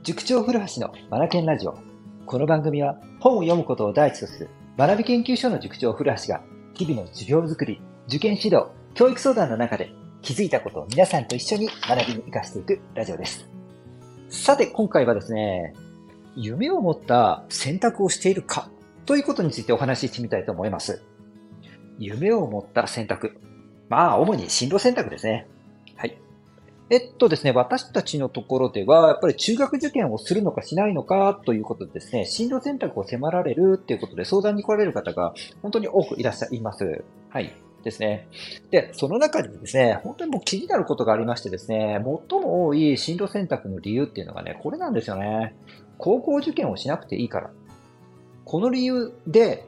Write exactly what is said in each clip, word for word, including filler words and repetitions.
塾長古橋のマナケンラジオ。この番組は本を読むことを第一とする学び研究所の塾長古橋が日々の授業づくり、受験指導、教育相談の中で気づいたことを皆さんと一緒に学びに生かしていくラジオです。さて今回はですね、夢を持った選択をしているかということについてお話ししてみたいと思います。夢を持った選択。まあ主に進路選択ですね。はい。えっとですね、私たちのところでは、やっぱり中学受験をするのかしないのかということでですね、進路選択を迫られるっていうことで相談に来られる方が本当に多くいらっしゃいます。はい。ですね。で、その中でですね、本当にもう気になることがありましてですね、最も多い進路選択の理由っていうのがね、これなんですよね。高校受験をしなくていいから。この理由で、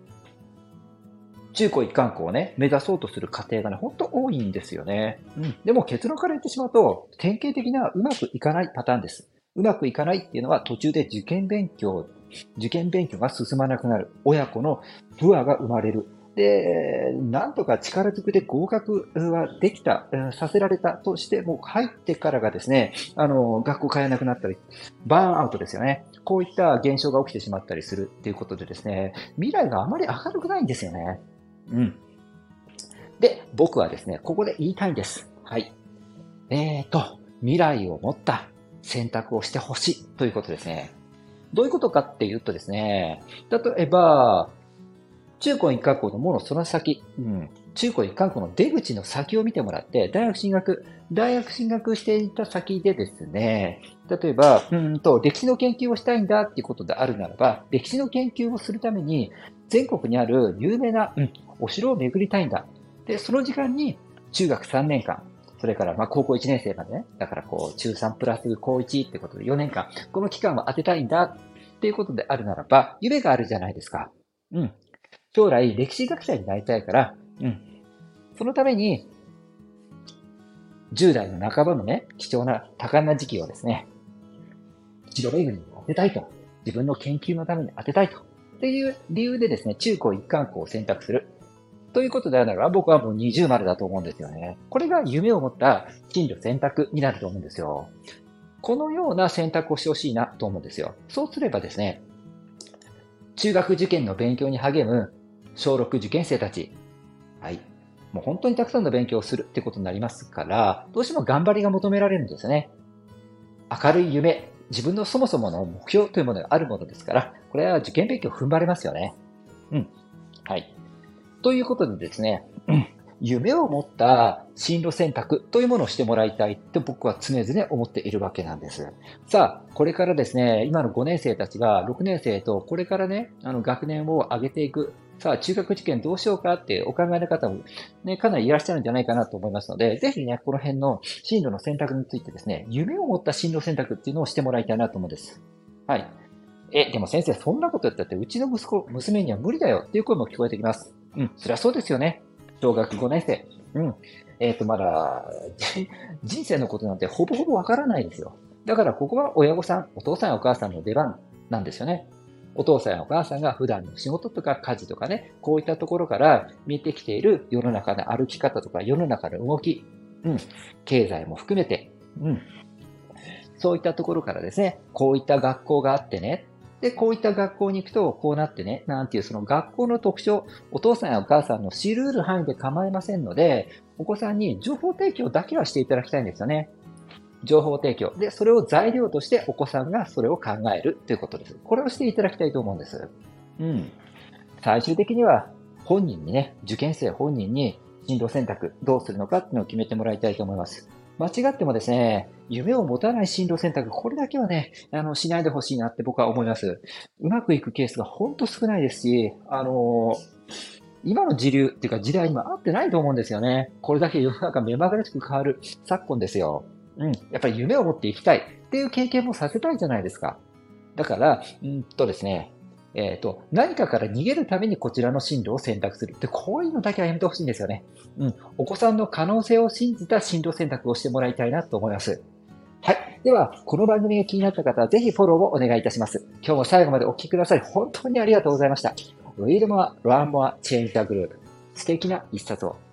中高一貫校をね、目指そうとする家庭がね、ほんと多いんですよね。うん。でも結論から言ってしまうと、典型的なうまくいかないパターンです。うまくいかないっていうのは途中で受験勉強、受験勉強が進まなくなる。親子の不和が生まれる。で、なんとか力ずくで合格はできた、させられたとしても、入ってからがですね、あの、学校通えなくなったり、バーンアウトですよね。こういった現象が起きてしまったりするっていうことでですね、未来があまり明るくないんですよね。うん。で、僕はですね、ここで言いたいんです。はい。えーと、未来を持った選択をしてほしいということですね。どういうことかっていうとですね、例えば、中高一貫校のものその先、うん、中高一貫校の出口の先を見てもらって、大学進学、大学進学していた先でですね、例えば、うんと、歴史の研究をしたいんだっていうことであるならば、歴史の研究をするために、全国にある有名な、うん、お城を巡りたいんだ。で、その時間に中学さんねんかん、それからまあ高校いちねん生までね、だからこう中さんプラス高いちってことでよねんかん、この期間を当てたいんだっていうことであるならば、夢があるじゃないですか。うん。将来歴史学者になりたいから、うん。そのために、じゅう代の半ばのね、貴重な多感な時期をですね、城巡りに当てたいと。自分の研究のために当てたいと。っていう理由でですね、中高一貫校を選択する。ということであるならば、僕はもうにじゅう丸だと思うんですよね。これが夢を持った進路選択になると思うんですよ。このような選択をしてほしいなと思うんですよ。そうすればですね、中学受験の勉強に励む小ろく受験生たち、はい。もう本当にたくさんの勉強をするってことになりますから、どうしても頑張りが求められるんですよね。明るい夢、自分のそもそもの目標というものがあるものですから、これは受験勉強踏ん張れますよね。うん。はい。ということでですね、夢を持った進路選択というものをしてもらいたいと僕は常々思っているわけなんです。さあ、これからですね、今のごねん生たちがろくねん生とこれからね、あの学年を上げていく。さあ、中学受験どうしようかってお考えの方もね、かなりいらっしゃるんじゃないかなと思いますので、ぜひね、この辺の進路の選択についてですね、夢を持った進路選択っていうのをしてもらいたいなと思うんです。はい。え、でも先生、そんなこと言ったって、うちの息子、娘には無理だよっていう声も聞こえてきます。うん、そりゃそうですよね。小学ごねん生。うん。えっ、と、まだ、人生のことなんてほぼほぼわからないですよ。だからここは親御さん、お父さんやお母さんの出番なんですよね。お父さんやお母さんが普段の仕事とか家事とかね、こういったところから見てきている世の中の歩き方とか世の中の動き、うん、経済も含めて、うん、そういったところからですね、こういった学校があってね、で、こういった学校に行くとこうなってね、なんていうその学校の特徴、お父さんやお母さんの知る範囲で構いませんので、お子さんに情報提供だけはしていただきたいんですよね。情報提供。で、それを材料としてお子さんがそれを考えるということです。これをしていただきたいと思うんです。うん。最終的には本人にね、受験生本人に進路選択どうするのかっていうのを決めてもらいたいと思います。間違ってもですね、夢を持たない進路選択、これだけはね、あの、しないでほしいなって僕は思います。うまくいくケースがほんと少ないですし、あのー今の時流っていうか時代には合ってないと思うんですよね。これだけ世の中目まぐるしく変わる昨今ですよ。うん。やっぱり夢を持っていきたいっていう経験もさせたいじゃないですか。だから、うんとですね、えっと、何かから逃げるためにこちらの進路を選択するって、こういうのだけはやめてほしいんですよね。うん。お子さんの可能性を信じた進路選択をしてもらいたいなと思います。はい。では、この番組が気になった方は、ぜひフォローをお願いいたします。今日も最後までお聞きくださり、本当にありがとうございました。Read more, learn more, change the group。素敵な一冊を。